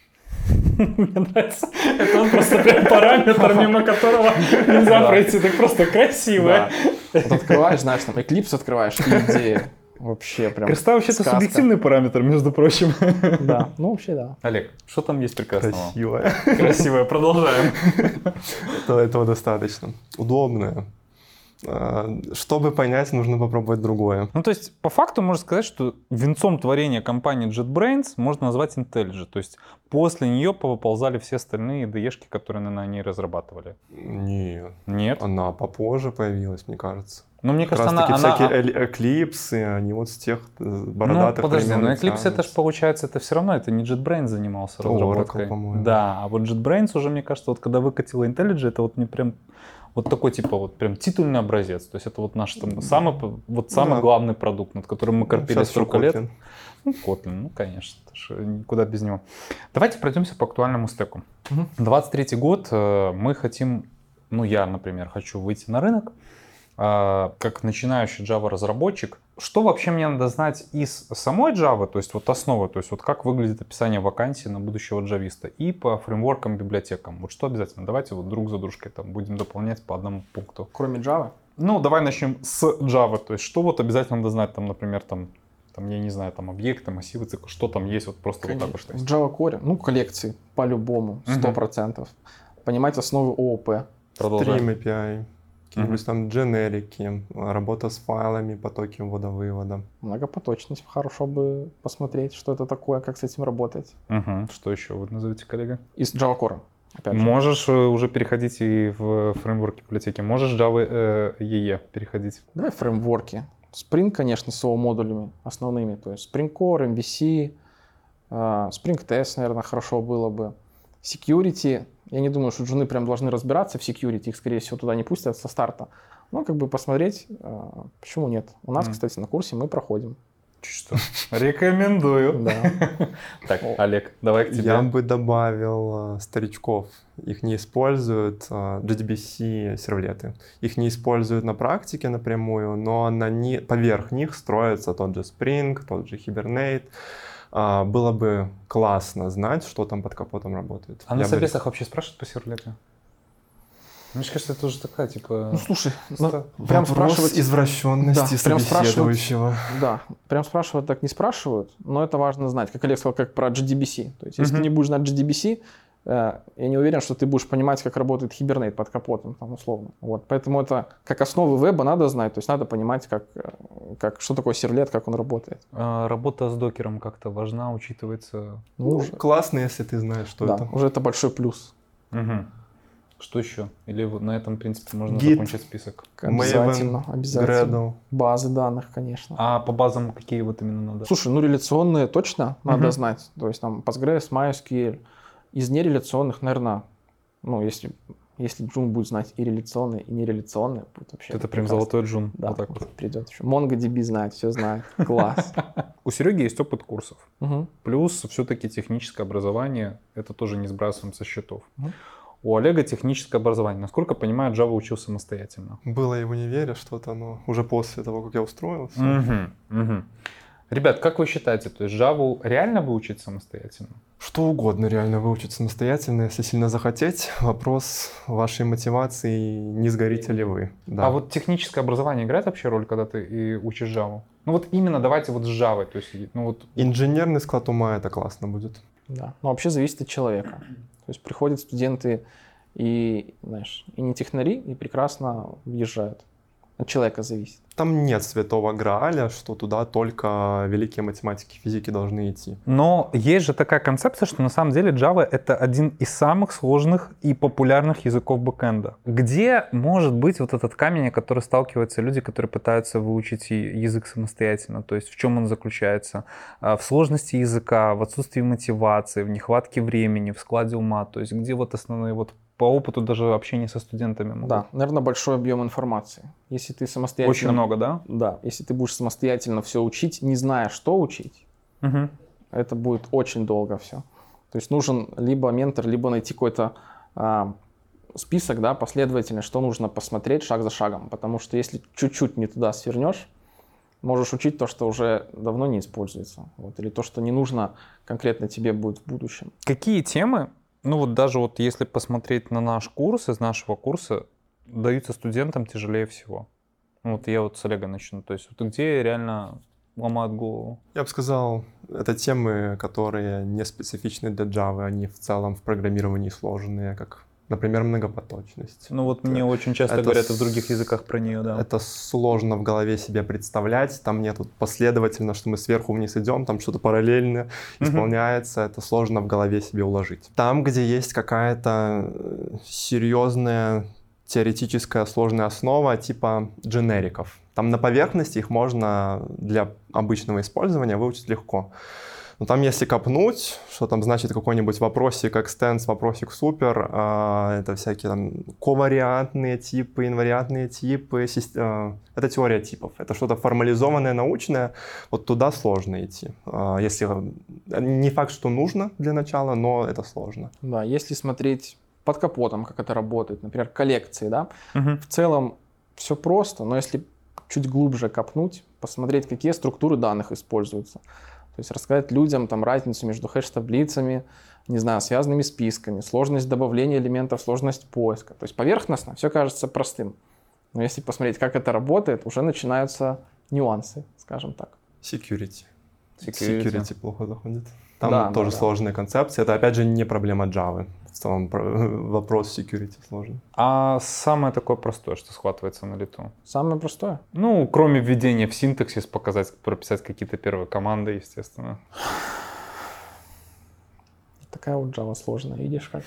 Мне нравится. Это он просто прям параметр, мимо которого нельзя пройти. Так просто красивая. Да. Вот открываешь, знаешь, там Eclipse открываешь, и идея вообще прям Красота вообще-то сказка. субъективный параметр, между прочим. Да, ну вообще да. Олег, Что там есть прекрасного? красивая. Красивое, продолжаем. Этого достаточно. Удобная. Чтобы понять, нужно попробовать другое. Ну, то есть, по факту можно сказать, что венцом творения компании JetBrains можно назвать IntelliJ. То есть, после нее повыползали все остальные IDE-шки, которые на ней разрабатывали. Нет, Нет? она попозже появилась, мне кажется. Ну, мне Как кажется, раз таки она... всякие Eclipse, они вот с тех бородатых Ну, подожди, времен но Eclipse это тянутся. же получается, это все равно, это не JetBrains занимался Это разработкой. Oracle, по-моему. Да, а вот JetBrains уже, мне кажется, вот когда выкатила IntelliJ, это вот не прям вот такой типа вот прям титульный образец. То есть это вот наш там самый Да. главный продукт, над которым мы корпели Сейчас столько лет. Kotlin. Ну, Kotlin, ну, конечно, это ж никуда без него. Давайте пройдемся по актуальному стеку. Мгм. 23 год мы хотим, ну, я, например, хочу выйти на рынок как начинающий Java-разработчик. Что вообще мне надо знать из самой Java, то есть вот основы, то есть вот как выглядит описание вакансии на будущего джависта, и по фреймворкам, библиотекам. Вот что обязательно? Давайте вот друг за дружкой там будем дополнять по одному пункту. Кроме Java, Ну, давай начнем с Java, то есть что вот обязательно надо знать, там, например, там, я не знаю, там объекты, массивы, циклы, что там есть, вот просто вот так вот что в есть. Java Core, ну, коллекции, по-любому, 100%. Понимать основы ООП. Продолжаем. Stream API, какие-нибудь там дженерики, работа с файлами, потоки ввода-вывода. Многопоточность. Хорошо бы посмотреть, что это такое, как с этим работать. Мгм. Что еще вы назовете, коллега? Из Java Core, опять же. Можешь уже переходить и в фреймворки библиотеки. Можешь Java EE переходить. Давай фреймворки. Spring, конечно, с его модулями основными. То есть Spring Core, MVC, Spring Test, наверное, хорошо было бы. Security. Я не думаю, что джуны прям должны разбираться в security. Их, скорее всего, туда не пустят со старта. Но как бы посмотреть, почему нет. У нас, кстати, на курсе мы проходим. Что? Рекомендую. Да. Так, Олег, давай к тебе. Я бы добавил старичков. Их не используют, JDBC сервлеты. Их не используют на практике напрямую, но поверх них строится тот же Spring, тот же Hibernate. Было бы классно знать, что там под капотом работает. А на собесах вообще спрашивают по сервлету? Мне кажется, это уже такая, типа... Ну, слушай, Прям прям спрашивать... извращенности Да, прям собеседующего. Да, прям спрашивать так не спрашивают, но это важно знать. Как Олег сказал, как про JDBC. То есть, если ты не будешь знать JDBC, я не уверен, что ты будешь понимать, как работает Hibernate под капотом, там, условно. Вот. Поэтому это как основы веба надо знать, то есть надо понимать, что такое сервлет, как он работает. Работа с докером как-то важна, учитывается... Уже, Классно, если ты знаешь, что да, это. уже это большой плюс. Угу. Что еще? Или вот на этом, в принципе, можно Git. закончить список? Обязательно, Maven, обязательно. Gradle. Базы данных, конечно. А по базам какие вот именно надо? Слушай, ну реляционные точно надо знать. То есть там Postgres, MySQL. Из нереляционных, наверное, ну если Джун будет знать и реляционные, и нереляционные, будет вообще Это прям прекрасно. золотой джун. Да, Вот так вот. придет еще. MongoDB знает, все знает. Класс. У Сереги есть опыт курсов. Мгм. Плюс все-таки техническое образование, это тоже не сбрасываем со счетов. Мгм. У Олега техническое образование. Насколько понимаю, Java учил самостоятельно. Было и в универе что-то, но уже после того, как я устроился. Мгм. Ребят, как вы считаете, то есть Java реально выучить самостоятельно? Что угодно реально выучить самостоятельно, если сильно захотеть. Вопрос вашей мотивации, не сгорите ли вы. Да. А вот техническое образование играет вообще роль, когда ты и учишь Java? Ну вот именно давайте вот с Java. То есть, ну вот... Инженерный склад ума — это классно будет. Да. Но вообще зависит от человека. То есть приходят студенты и, знаешь, и не технари, и прекрасно въезжают. От человека зависит. Там нет святого Грааля, что туда только великие математики, физики должны идти. Но есть же такая концепция, что на самом деле Java — это один из самых сложных и популярных языков бэкэнда. Где может быть вот этот камень, о который сталкиваются люди, которые пытаются выучить язык самостоятельно? То есть в чем он заключается? В сложности языка, в отсутствии мотивации, в нехватке времени, в складе ума. То есть где вот основные вот по опыту даже общения со студентами могут? Да, наверное, большой объем информации. Если ты самостоятельно... Очень много, да? Да, если ты будешь самостоятельно все учить, не зная, что учить, Угу. это будет очень долго все. То есть нужен либо ментор, либо найти какой-то список, да, последовательный, что нужно посмотреть шаг за шагом. Потому что если чуть-чуть не туда свернешь, можешь учить то, что уже давно не используется. Вот, или то, что не нужно конкретно тебе будет в будущем. Какие темы, ну вот даже вот если посмотреть на наш курс, из нашего курса, даются студентам тяжелее всего? Вот я вот с Олега начну. То есть вот где реально ломают голову? Я бы сказал, это темы, которые не специфичны для Java, они в целом в программировании сложные, как, например, многопоточность. Ну вот мне очень часто это говорят и в других языках про нее, да. Это сложно в голове себе представлять, там нет вот последовательно, что мы сверху вниз идем, там что-то параллельно исполняется, это сложно в голове себе уложить. Там, где есть какая-то серьезная теоретическая сложная основа типа дженериков, там на поверхности их можно для обычного использования выучить легко. Но там, если копнуть, что там значит какой-нибудь вопросик extends, вопросик супер, это всякие там ковариантные типы, инвариантные типы, это теория типов, это что-то формализованное, научное, вот туда сложно идти. Если не факт, что нужно для начала, но это сложно. Да, если смотреть под капотом, как это работает, например, коллекции, да, Мгм. в целом все просто, но если чуть глубже копнуть, посмотреть, какие структуры данных используются. То есть рассказать людям там разницу между хэш-таблицами, не знаю, связанными списками, сложность добавления элементов, сложность поиска. То есть поверхностно все кажется простым. Но если посмотреть, как это работает, уже начинаются нюансы, скажем так. Security. Security. Security плохо заходит. Там Да, тоже да. сложные концепции. Это, опять же, не проблема Java. В целом вопрос security сложный. А самое такое простое, что схватывается на лету? Самое простое. Ну, кроме введения в синтаксис, показать, прописать какие-то первые команды, естественно. Такая вот Java сложная, видишь как.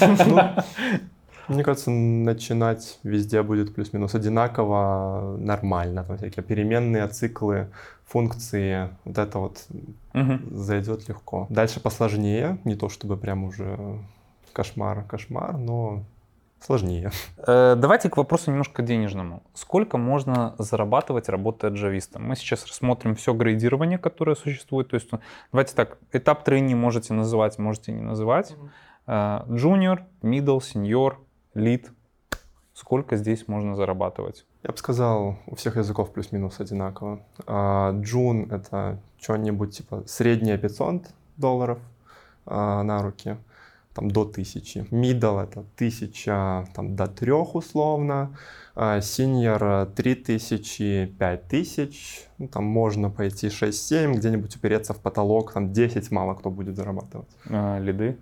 Мне кажется, начинать везде будет плюс-минус одинаково, нормально. Там всякие переменные, циклы, функции. Вот это вот Мгм. зайдет легко. Дальше посложнее. Не то чтобы прям уже кошмар, но сложнее. Давайте к вопросу немножко денежному. Сколько можно зарабатывать, работая джавистом? Мы сейчас рассмотрим все грейдирование, которое существует. То есть, давайте так, этап трейни можете называть, можете не называть. Junior, middle, senior, lead. Сколько здесь можно зарабатывать? Я бы сказал, у всех языков плюс-минус одинаково. Джун — это что-нибудь типа среднее $500 на руки, там до 1000. Middle — это 1000 там, до 3 условно. Senior — 3000, 5000. Ну, там можно пойти 6-7, где-нибудь упереться в потолок. Там 10 мало кто будет зарабатывать. Лиды?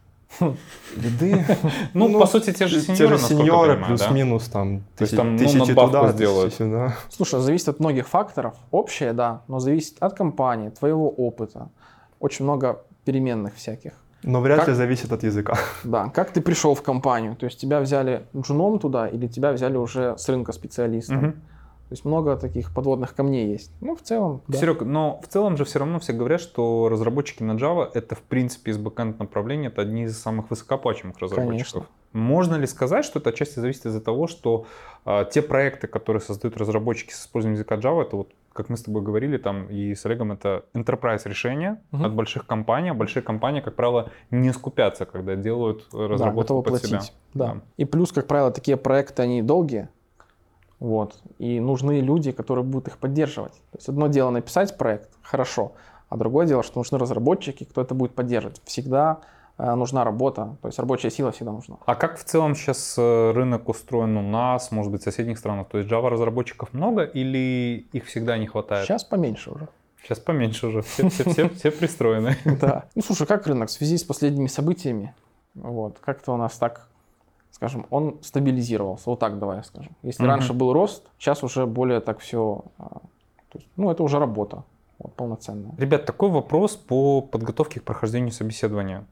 Лиды. Ну, по сути, те же сеньоры, сеньоры плюс-минус там То есть там, тысячи надбавку туда, сделают. тысячи сюда. Слушай, зависит от многих факторов. Общее, да, но зависит от компании, твоего опыта. Очень много переменных всяких. Но вряд Как- ли зависит от языка. Да, как ты пришел в компанию? То есть тебя взяли джуном туда или тебя взяли уже с рынка специалистом? Мгм. То есть много таких подводных камней есть. Ну, в целом, да. Серег, но в целом же все равно все говорят, что разработчики на Java это в принципе из бэкэнд направления это одни из самых высокооплачиваемых разработчиков. Конечно. Можно ли сказать, что это отчасти зависит из-за того, что те проекты, которые создают разработчики с использованием языка Java, это вот, как мы с тобой говорили там и с Олегом, это enterprise решения Мгм. от больших компаний. А большие компании, как правило, не скупятся, когда делают Да, разработку готовы под платить. себя. Да. И плюс, как правило, такие проекты, они долгие. Вот. И нужны люди, которые будут их поддерживать. То есть одно дело написать проект, хорошо, а другое дело, что нужны разработчики, кто это будет поддерживать. Всегда нужна работа, то есть рабочая сила всегда нужна. А как в целом сейчас рынок устроен у нас, может быть, в соседних странах? То есть Java разработчиков много или их всегда не хватает? Сейчас поменьше уже. Сейчас поменьше уже, все пристроены. Да. Ну, слушай, как рынок в связи с последними событиями? Вот, как-то у нас так, скажем, он стабилизировался. Вот так давай скажем. Если Мгм. раньше был рост, сейчас уже более так все, ну, это уже работа вот, полноценная. Ребят, такой вопрос по подготовке к прохождению собеседования.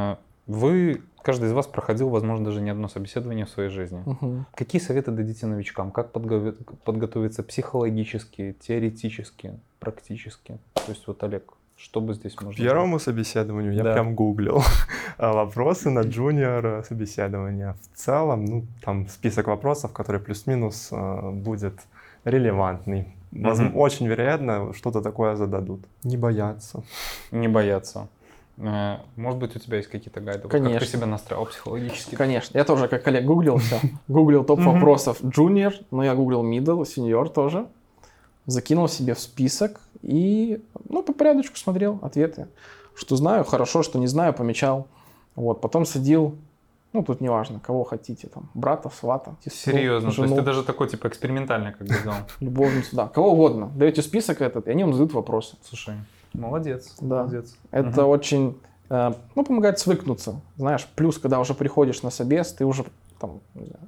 Вы, каждый из вас проходил, возможно, даже не одно собеседование в своей жизни. Мгм. Какие советы дадите новичкам? Как подготовиться психологически, теоретически, практически? То есть вот, Олег, что бы здесь можно К первому собеседованию я Да. прям гуглил вопросы на джуниор собеседование. В целом, ну, там список вопросов, который плюс-минус будет релевантный. Мгм. Очень вероятно, что-то такое зададут. Не бояться. Не бояться. Может быть, у тебя есть какие-то гайды? Вот как ты Конечно. себя настраивал психологически? Конечно. Я тоже, как коллег, гуглил все. Гуглил топ Мгм. вопросов junior, но я гуглил middle, senior тоже. Закинул себе в список и, ну, по порядочку смотрел ответы. Что знаю, хорошо, что не знаю, помечал. Вот, потом садил, ну, тут неважно, кого хотите, там, брата, свата, сестру, Серьезно, то есть жену, ты даже такой, типа, экспериментальный как бы сделал. любовницу, да, кого угодно. Даете список этот, и они вам задают вопросы. Слушай, молодец, Да. молодец. Это очень, ну, помогает свыкнуться. Знаешь, плюс, когда уже приходишь на собес, ты уже там, не знаю,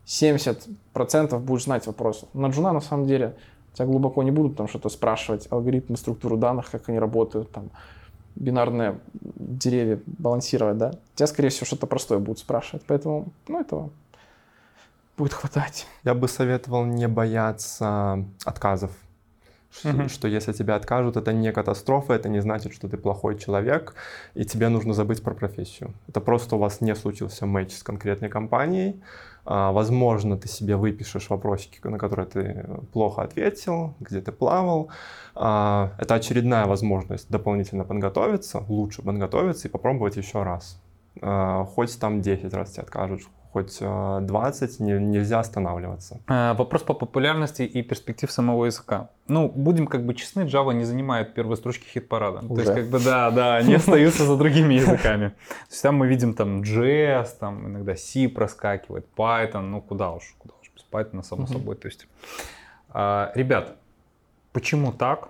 70% будешь знать вопросов. На джуна, на самом деле, тебя глубоко не будут там что-то спрашивать, алгоритмы, структуру данных, как они работают, там, бинарные деревья балансировать, да. Тебя, скорее всего, что-то простое будут спрашивать. Поэтому, ну, этого будет хватать. Я бы советовал не бояться отказов. Мгм. Что если тебя откажут, это не катастрофа, это не значит, что ты плохой человек, и тебе нужно забыть про профессию. Это просто у вас не случился матч с конкретной компанией. Возможно, ты себе выпишешь вопросики, на которые ты плохо ответил, где ты плавал. Это очередная возможность дополнительно подготовиться, лучше подготовиться и попробовать еще раз. Хоть там 10 раз тебя откажут, хоть 20, нельзя останавливаться. Вопрос по популярности и перспектив самого языка. Ну, будем как бы честны, Java не занимает первые строчки хит-парада. То есть, Уже. как бы, да, они остаются за другими языками. То есть, там мы видим там JS, там иногда C проскакивает, Python, ну, куда уж без Python, само собой. То есть, ребят, почему так?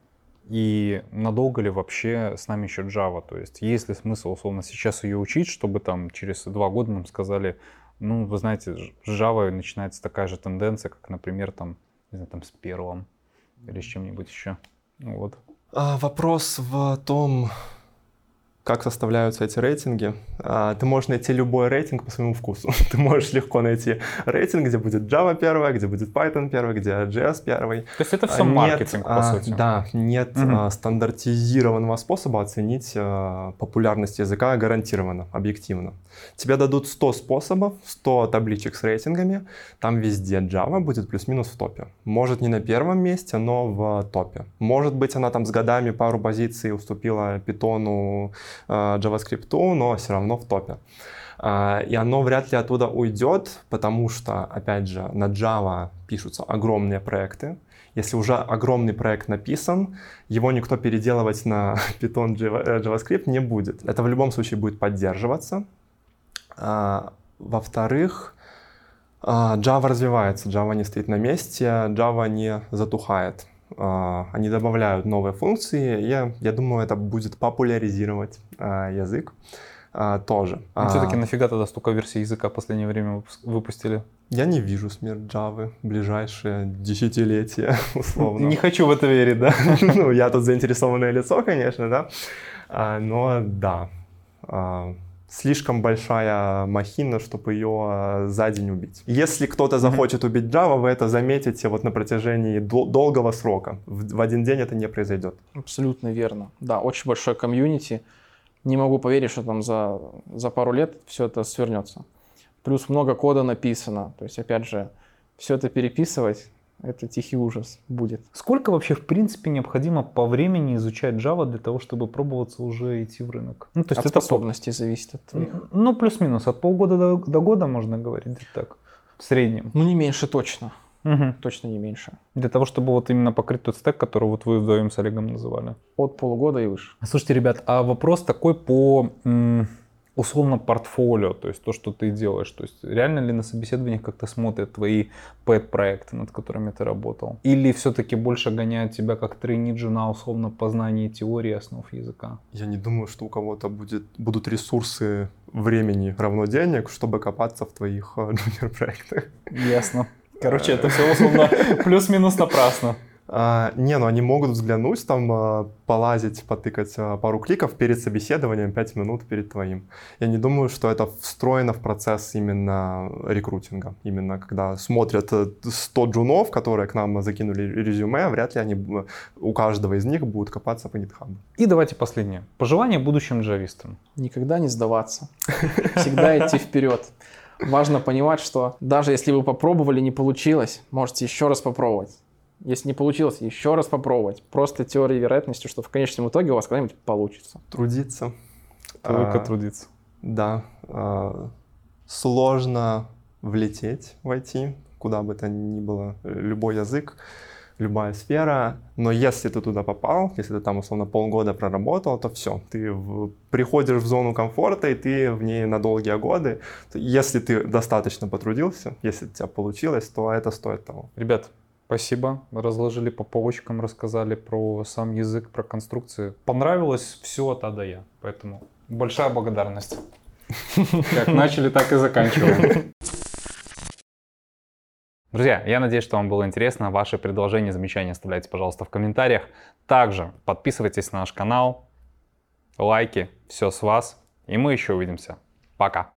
И надолго ли вообще с нами еще Java? То есть есть ли смысл, условно, сейчас ее учить, чтобы там через 2 года нам сказали, ну, вы знаете, с Java начинается такая же тенденция, как, например, там, не знаю, там с Perl или с чем-нибудь еще. Ну, вот. Вопрос в том, Как составляются эти рейтинги? Ты можешь найти любой рейтинг по своему вкусу. Ты можешь легко найти рейтинг, где будет Java первая, где будет Python первый, где JS первый. То есть это все маркетинг, по сути. Да, нет стандартизированного способа оценить популярность языка гарантированно, объективно. Тебе дадут 100 способов, 100 табличек с рейтингами, там везде Java будет плюс-минус в топе. Может не на первом месте, но в топе. Может быть она там с годами пару позиций уступила Python, JavaScript, но все равно в топе. И оно вряд ли оттуда уйдет, потому что, опять же, на Java пишутся огромные проекты. Если уже огромный проект написан, его никто переделывать на Python, JavaScript не будет. Это в любом случае будет поддерживаться. Во-вторых, Java развивается, Java не стоит на месте, Java не затухает. Они добавляют новые функции, и я думаю, это будет популяризировать язык тоже. Все-таки нафига тогда столько версий языка в последнее время выпустили? Я не вижу смерть Java в ближайшие десятилетия, условно. Не хочу в это верить, да? Ну, я тут заинтересованное лицо, конечно, да. Но да, слишком большая махина, чтобы ее за день убить. Если кто-то захочет убить Java, вы это заметите вот на протяжении долгого срока. В один день это не произойдет. Абсолютно верно. Да, очень большой комьюнити. Не могу поверить, что там за пару лет все это свернется. Плюс много кода написано. То есть, опять же, все это переписывать, это тихий ужас будет. Сколько вообще, в принципе, необходимо по времени изучать Java для того, чтобы пробоваться уже идти в рынок? Ну, то есть от это способностей зависит от твоих. Ну, плюс-минус. От полгода до года, можно говорить, где-то так. В среднем. Ну, не меньше точно. Угу. Точно не меньше. Для того, чтобы вот именно покрыть тот стек, который вот вы вдвоем с Олегом называли. От полугода и выше. Слушайте, ребят, а вопрос такой по условно портфолио, то есть то, что ты делаешь. То есть реально ли на собеседованиях как-то смотрят твои пэт-проекты, над которыми ты работал? Или все-таки больше гоняют тебя как трейни на условно познание теории основ языка? Я не думаю, что у кого-то будут ресурсы времени равно денег, чтобы копаться в твоих джуниор-проектах. Ясно. Короче, это все условно плюс-минус напрасно. Не, ну они могут взглянуть, там полазить, потыкать пару кликов перед собеседованием, 5 минут перед твоим. Я не думаю, что это встроено в процесс именно рекрутинга. Именно когда смотрят 100 джунов, которые к нам закинули резюме, вряд ли у каждого из них будут копаться по GitHub. И давайте последнее. Пожелание будущим джавистам. Никогда не сдаваться. Всегда идти вперед. Важно понимать, что даже если вы попробовали, не получилось, можете еще раз попробовать. Если не получилось, еще раз попробовать. Просто теория вероятности, что в конечном итоге у вас когда-нибудь получится. Трудиться. Только трудиться. Да. Сложно влететь в IT, куда бы то ни было, любой язык, любая сфера. Но если ты туда попал, если ты там условно полгода проработал, то все. Ты приходишь в зону комфорта, и ты в ней на долгие годы. Если ты достаточно потрудился, если у тебя получилось, то это стоит того. Ребят, спасибо. Разложили по полочкам, рассказали про сам язык, про конструкции. Понравилось все от А до Я. Поэтому большая благодарность. Как начали, так и заканчиваем. Друзья, я надеюсь, что вам было интересно. Ваши предложения, замечания оставляйте, пожалуйста, в комментариях. Также подписывайтесь на наш канал, лайки, все с вас. И мы еще увидимся. Пока.